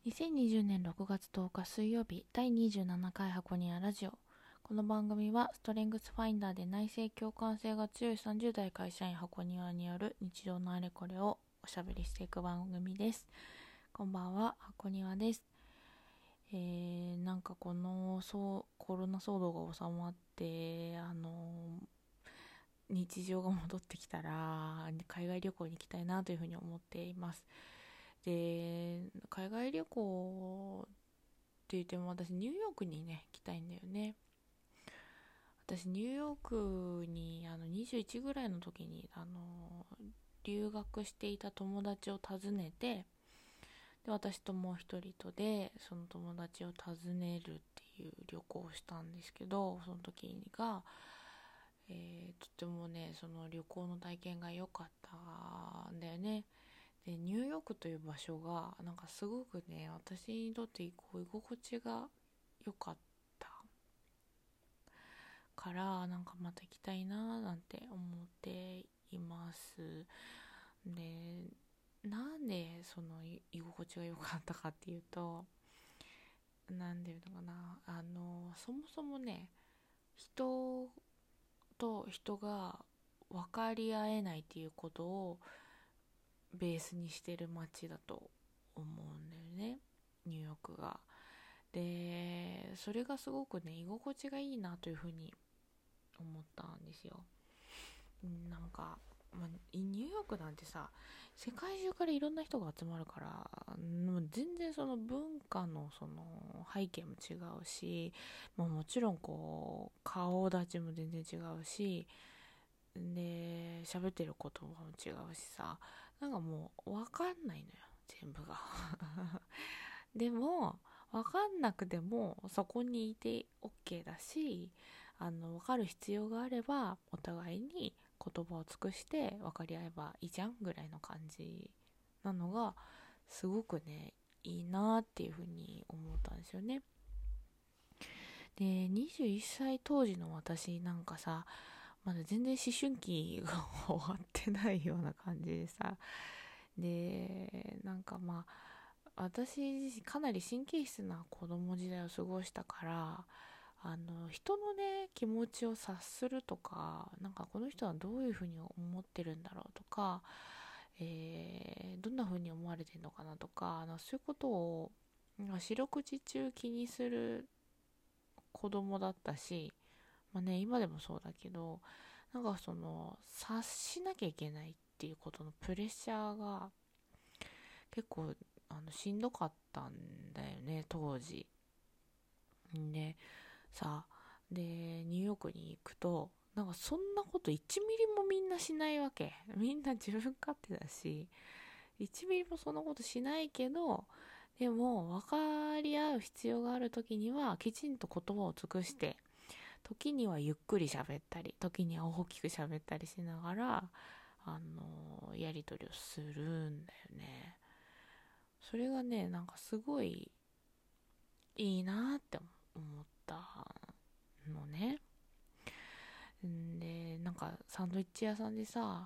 2020年6月10日水曜日第27回箱庭ラジオ。この番組はストレングスファインダーで内省共感性が強い30代会社員箱庭による日常のあれこれをおしゃべりしていく番組です。こんばんは、箱庭です。なんかこのコロナ騒動が収まって日常が戻ってきたら海外旅行に行きたいなというふうに思っています。で、海外旅行って言っても私ニューヨークにね行きたいんだよね。私ニューヨークに21ぐらいの時に留学していた友達を訪ねて、で私ともう一人とでその友達を訪ねるっていう旅行をしたんですけど、その時が、とってもねその旅行の体験が良かったんだよね。でニューヨークという場所がなんかすごくね私にとって居心地が良かったから、なんかまた行きたいななんて思っています。で、なんでその居心地が良かったかっていうと、なんていうのかな、そもそもね、人と人が分かり合えないっていうことをベースにしてる街だと思うんだよね、ニューヨークが。でそれがすごくね居心地がいいなというふうに思ったんですよ。なんか、ニューヨークなんてさ、世界中からいろんな人が集まるから、もう全然その文化のその背景も違うし、もちろんこう顔立ちも全然違うし、で喋ってる言葉も違うしさ、なんかもう分かんないのよ全部が。でも分かんなくてもそこにいて OK だし、分かる必要があればお互いに言葉を尽くして分かり合えばいいじゃんぐらいの感じなのがすごくねいいなっていうふうに思ったんですよね。で21歳当時の私なんかさ、まだ全然思春期が終わってないような感じでさ、でなんか私自身かなり神経質な子供時代を過ごしたから、人のね気持ちを察するとか、なんかこの人はどういうふうに思ってるんだろうとか、どんなふうに思われてるのかなとか、そういうことを四六時中気にする子供だったし、今でもそうだけど、なんかその察しなきゃいけないっていうことのプレッシャーが結構しんどかったんだよね当時。でさ、でニューヨークに行くとなんかそんなこと1ミリもみんなしないわけ。みんな自分勝手だし、1ミリもそんなことしないけど、でも分かり合う必要がある時にはきちんと言葉を尽くして、時にはゆっくり喋ったり時には大きく喋ったりしながらやり取りをするんだよね。それがねなんかすごいいいなって思ったのね。でなんかサンドイッチ屋さんでさ、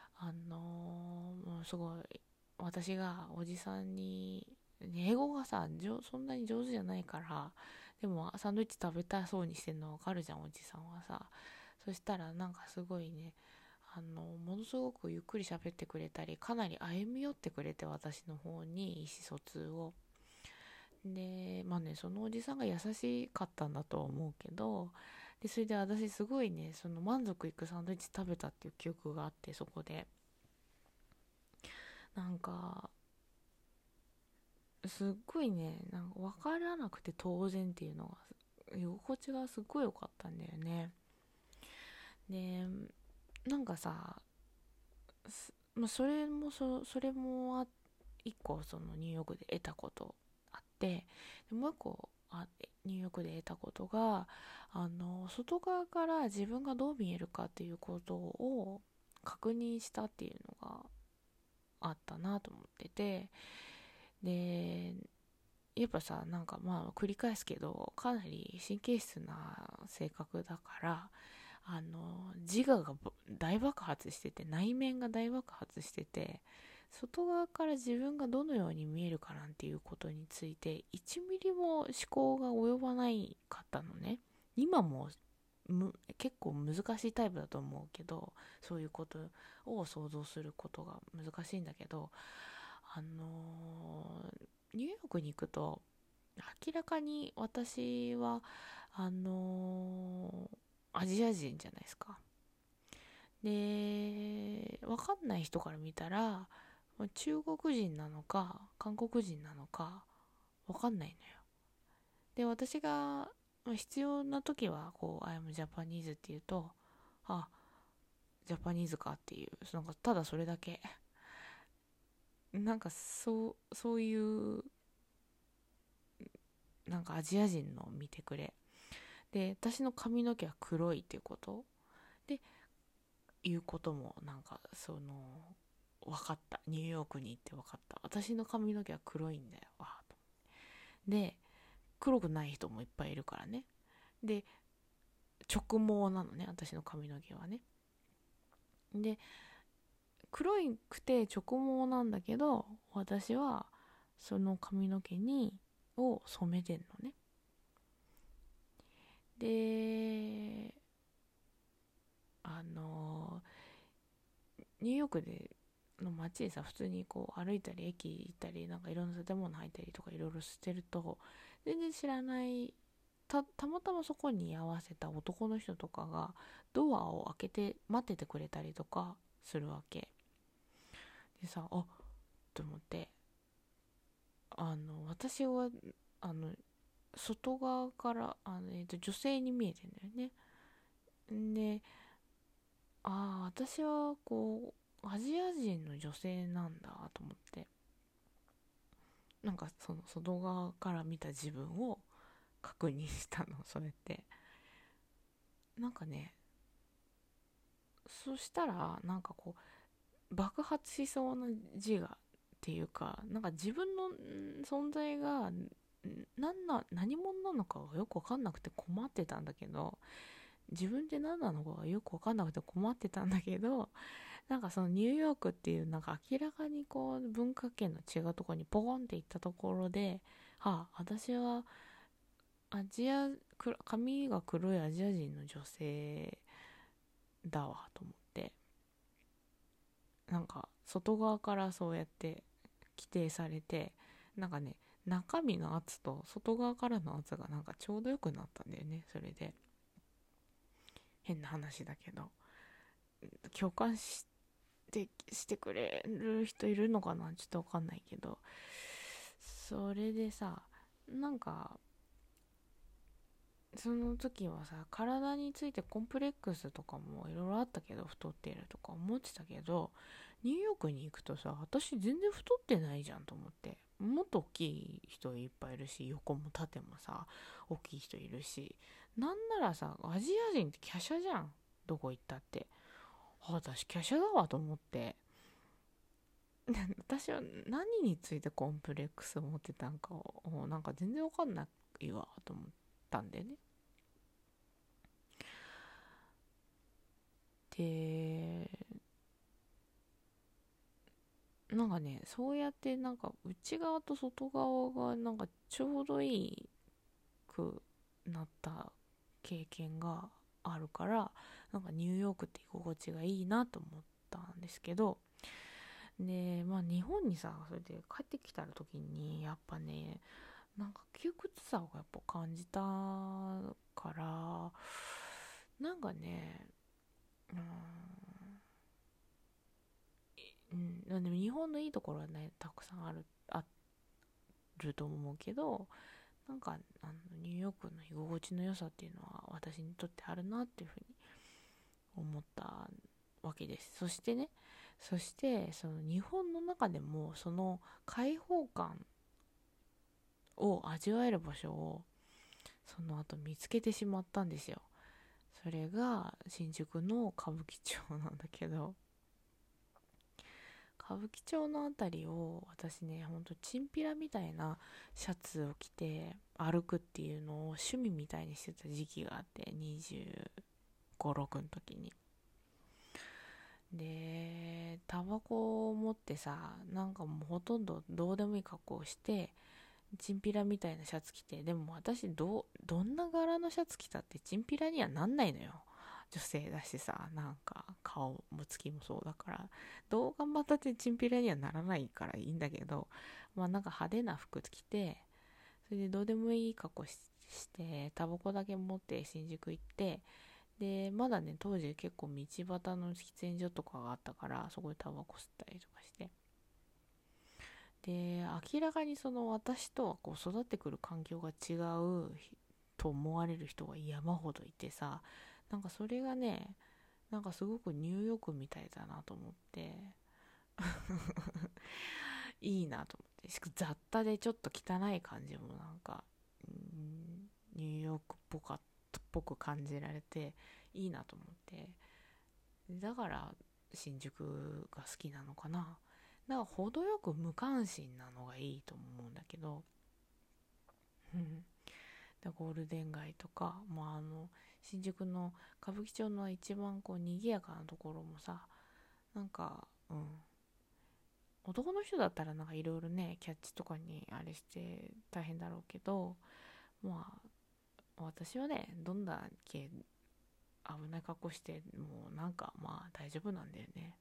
もうすごい私がおじさんに、英語がさそんなに上手じゃないから、でもサンドイッチ食べたそうにしてんのわかるじゃんおじさんはさ。そしたらなんかすごいね、ものすごくゆっくり喋ってくれたり、かなり歩み寄ってくれて、私の方に意思疎通を。でそのおじさんが優しかったんだとは思うけど、でそれで私すごいねその満足いくサンドイッチ食べたっていう記憶があって、そこでなんかすっごいねなんか分からなくて当然っていうのが居心地がすっごい良かったんだよね。でなんかさ、それも一個そのニューヨークで得たことあって、でもう一個ニューヨークで得たことが、外側から自分がどう見えるかっていうことを確認したっていうのがあったなと思ってて、でやっぱさなんか繰り返すけどかなり神経質な性格だから、自我が大爆発してて、内面が大爆発してて、外側から自分がどのように見えるかなんていうこことについて1ミリも思考が及ばないかったのね。今も結構難しいタイプだと思うけど、そういうことを想像することが難しいんだけど、ニューヨークに行くと明らかに私はアジア人じゃないですか。で、わかんない人から見たら中国人なのか韓国人なのかわかんないのよ。で、私が必要な時はこう I'm Japanese って言うと、あ、ジャパニーズかっていう、なんかただそれだけ、なんかそういうなんかアジア人の見てくれで、私の髪の毛は黒いっていうことでいうこともなんか分かった。ニューヨークに行って分かった。私の髪の毛は黒いんだよ、わーと。で、黒くない人もいっぱいいるからね。で、直毛なのね、私の髪の毛はね。で、黒くて直毛なんだけど、私はその髪の毛を染めてんのね。で、ニューヨークの街でさ、普通にこう歩いたり駅行ったり、なんかいろんな建物入ったりとかいろいろしてると、全然知らないたまたまそこに居合わせた男の人とかがドアを開けて待っててくれたりとかするわけでさ、と思って、私は外側から女性に見えてんだよね。で、私はこうアジア人の女性なんだと思って、なんかその外側から見た自分を確認したの。それってなんかね、そしたらなんかこう爆発しそうな自我っていうか、なんか自分の存在が何者なのかがよく分かんなくて困ってたんだけど、自分で何なのかがよく分かんなくて困ってたんだけど、なんかそのニューヨークっていうなんか明らかにこう文化圏の違うところにポコンって行ったところで、私はアジア髪が黒いアジア人の女性だわと思って、なんか外側からそうやって規定されて、なんかね、中身の圧と外側からの圧がなんかちょうどよくなったんだよね。それで変な話だけど、共感してくれる人いるのかな、ちょっとわかんないけど、それでさ、なんかその時はさ、体についてコンプレックスとかもいろいろあったけど、太っているとか思ってたけど、ニューヨークに行くとさ、私全然太ってないじゃんと思って。もっと大きい人いっぱいいるし、横も縦もさ大きい人いるし、なんならさ、アジア人って華奢じゃん、どこ行ったって。私華奢だわと思って。私は何についてコンプレックスを持ってたんかをなんか全然わかんないわと思ったんだよね。で、なんかね、そうやってなんか内側と外側がなんかちょうどいいくなった経験があるから、なんかニューヨークって居心地がいいなと思ったんですけど、で、まあ日本にさ、それで帰ってきた時に、やっぱね、なんか窮屈さをやっぱ感じたから、なんかね、うーん、でも日本のいいところはね、たくさんあると思うけど、なんかニューヨークの居心地の良さっていうのは私にとってあるなっていうふうに思ったわけです。そしてその日本の中でもその開放感を味わえる場所をその後見つけてしまったんですよ。それが新宿の歌舞伎町なんだけど、歌舞伎町のあたりを私ね、ほんとチンピラみたいなシャツを着て歩くっていうのを趣味みたいにしてた時期があって、25、6の時に。で、タバコを持ってさ、なんかもうほとんどどうでもいい格好をしてチンピラみたいなシャツ着て、でも私どんな柄のシャツ着たってチンピラにはなんないのよ。女性だしさ、なんか顔も月もそうだから、どう頑張ったってチンピラにはならないからいいんだけど、まあなんか派手な服着て、それでどうでもいい格好してタバコだけ持って新宿行って、でまだね当時結構道端の喫煙所とかがあったから、そこでタバコ吸ったりとかして、で明らかにその私とはこう育ってくる環境が違うと思われる人が山ほどいてさ、なんかそれがね、なんかすごくニューヨークみたいだなと思っていいなと思って、しかも雑多でちょっと汚い感じもなんか、ニューヨークっぽく感じられていいなと思って、だから新宿が好きなのかな。だから程よく無関心なのがいいと思うんだけど、でゴールデン街とか、まあ、新宿の歌舞伎町の一番こう賑やかなところもさ、なんか男の人だったらなんかいろいろねキャッチとかにあれして大変だろうけど、まあ私はねどんだけ危ない格好してもなんかまあ大丈夫なんだよね。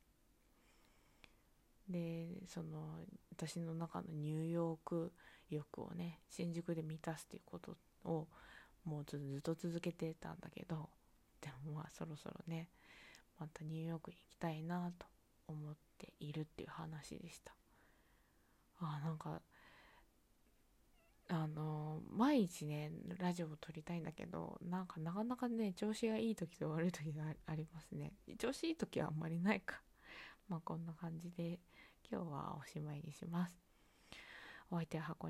でその私の中のニューヨーク欲をね新宿で満たすっていうことをもうずっと続けてたんだけど、でもまあそろそろねまたニューヨークに行きたいなと思っているっていう話でした。なんか毎日ねラジオを撮りたいんだけど、なんかなかなかね調子がいい時と悪い時がありますね。調子いい時はあんまりないか。まあこんな感じで今日はおしまいにします。お相手は箱